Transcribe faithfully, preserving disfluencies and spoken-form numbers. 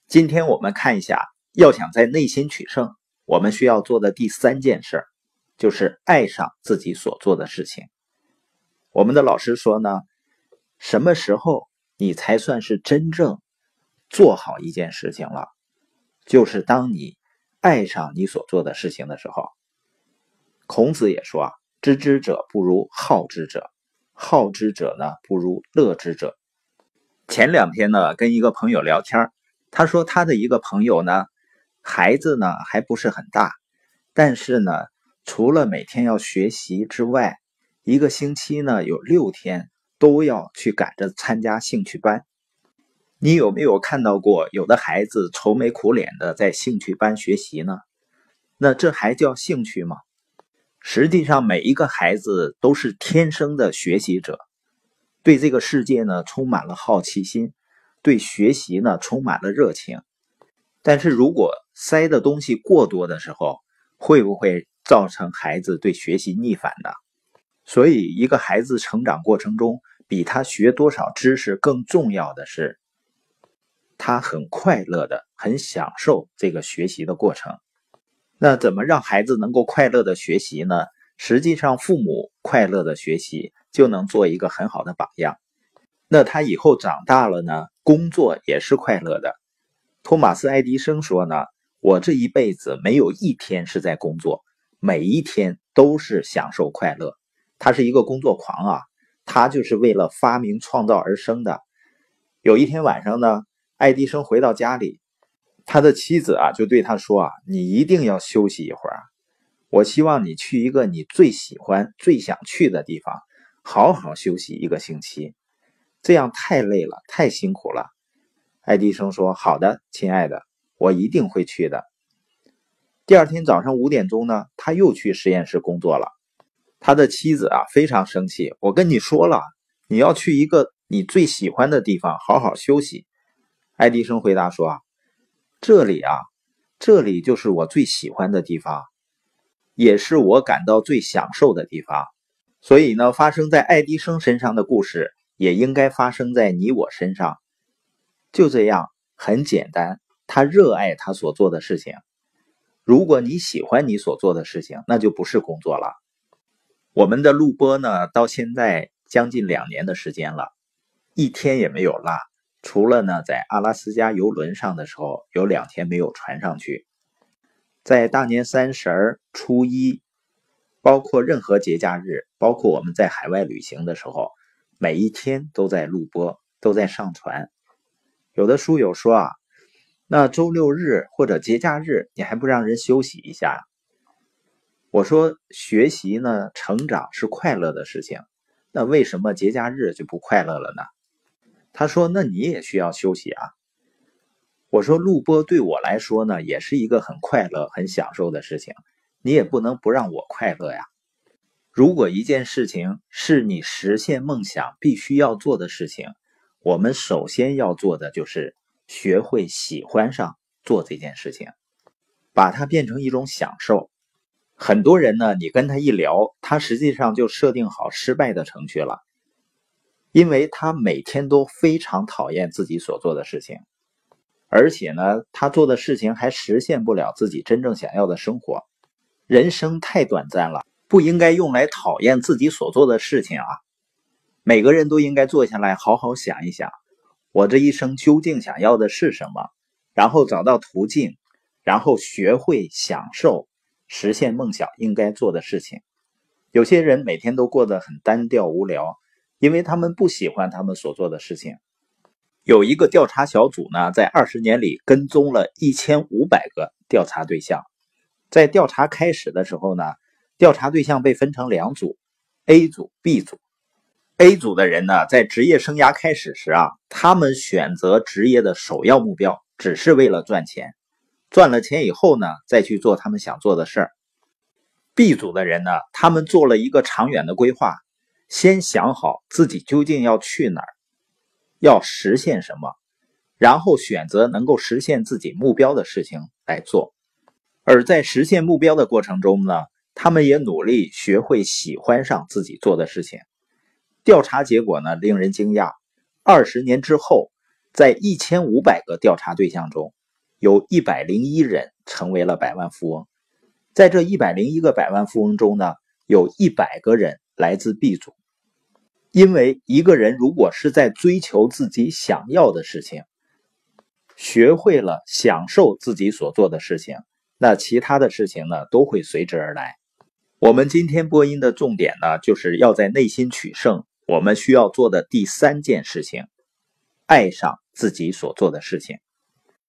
今天我们看一下，要想在内心取胜，我们需要做的第三件事，就是爱上自己所做的事情。我们的老师说呢，什么时候你才算是真正做好一件事情了？就是当你爱上你所做的事情的时候。孔子也说啊，知之者不如好之者，好之者呢不如乐之者。前两天呢，跟一个朋友聊天，他说他的一个朋友呢，孩子呢还不是很大，但是呢，除了每天要学习之外，一个星期呢有六天都要去赶着参加兴趣班。你有没有看到过有的孩子愁眉苦脸的在兴趣班学习呢？那这还叫兴趣吗？实际上每一个孩子都是天生的学习者，对这个世界呢充满了好奇心，对学习呢充满了热情。但是如果塞的东西过多的时候，会不会造成孩子对学习逆反呢？所以一个孩子成长过程中，比他学多少知识更重要的是，他很快乐的，很享受这个学习的过程。那怎么让孩子能够快乐的学习呢？实际上父母快乐的学习就能做一个很好的榜样。那他以后长大了呢，工作也是快乐的。托马斯·爱迪生说呢，我这一辈子没有一天是在工作，每一天都是享受快乐。他是一个工作狂啊，他就是为了发明创造而生的。有一天晚上呢，爱迪生回到家里，他的妻子啊就对他说啊，你一定要休息一会儿，我希望你去一个你最喜欢最想去的地方，好好休息一个星期，这样太累了，太辛苦了。爱迪生说，好的，亲爱的，我一定会去的。第二天早上五点钟呢，他又去实验室工作了。他的妻子啊非常生气，我跟你说了，你要去一个你最喜欢的地方好好休息。爱迪生回答说啊，这里啊，这里就是我最喜欢的地方，也是我感到最享受的地方。所以呢，发生在爱迪生身上的故事，也应该发生在你我身上。就这样，很简单，他热爱他所做的事情。如果你喜欢你所做的事情，那就不是工作了。我们的录播呢，到现在将近两年的时间了，一天也没有落。除了呢，在阿拉斯加游轮上的时候，有两天没有传上去。在大年三十、初一，包括任何节假日，包括我们在海外旅行的时候，每一天都在录播，都在上传。有的书友说啊，那周六日或者节假日，你还不让人休息一下？我说，学习呢，成长是快乐的事情，那为什么节假日就不快乐了呢？他说，那你也需要休息啊。我说，录播对我来说呢，也是一个很快乐、很享受的事情，你也不能不让我快乐呀。如果一件事情是你实现梦想必须要做的事情，我们首先要做的就是学会喜欢上做这件事情，把它变成一种享受。很多人呢，你跟他一聊，他实际上就设定好失败的程序了，因为他每天都非常讨厌自己所做的事情，而且呢，他做的事情还实现不了自己真正想要的生活。人生太短暂了，不应该用来讨厌自己所做的事情啊！每个人都应该坐下来好好想一想，我这一生究竟想要的是什么，然后找到途径，然后学会享受实现梦想应该做的事情。有些人每天都过得很单调无聊，因为他们不喜欢他们所做的事情。有一个调查小组呢，在二十年里跟踪了一千五百个调查对象。在调查开始的时候呢，调查对象被分成两组 ，A 组、B 组。A 组的人呢，在职业生涯开始时啊，他们选择职业的首要目标只是为了赚钱，赚了钱以后呢，再去做他们想做的事儿。B 组的人呢，他们做了一个长远的规划，先想好自己究竟要去哪儿，要实现什么，然后选择能够实现自己目标的事情来做。而在实现目标的过程中呢，他们也努力学会喜欢上自己做的事情。调查结果呢，令人惊讶，二十年之后，在一千五百个调查对象中， 有一百零一人成为了百万富翁。在这一百零一个百万富翁中呢，有一百个人来自 B 组。因为一个人如果是在追求自己想要的事情，学会了享受自己所做的事情，那其他的事情呢都会随之而来。我们今天播音的重点呢，就是要在内心取胜，我们需要做的第三件事情，爱上自己所做的事情。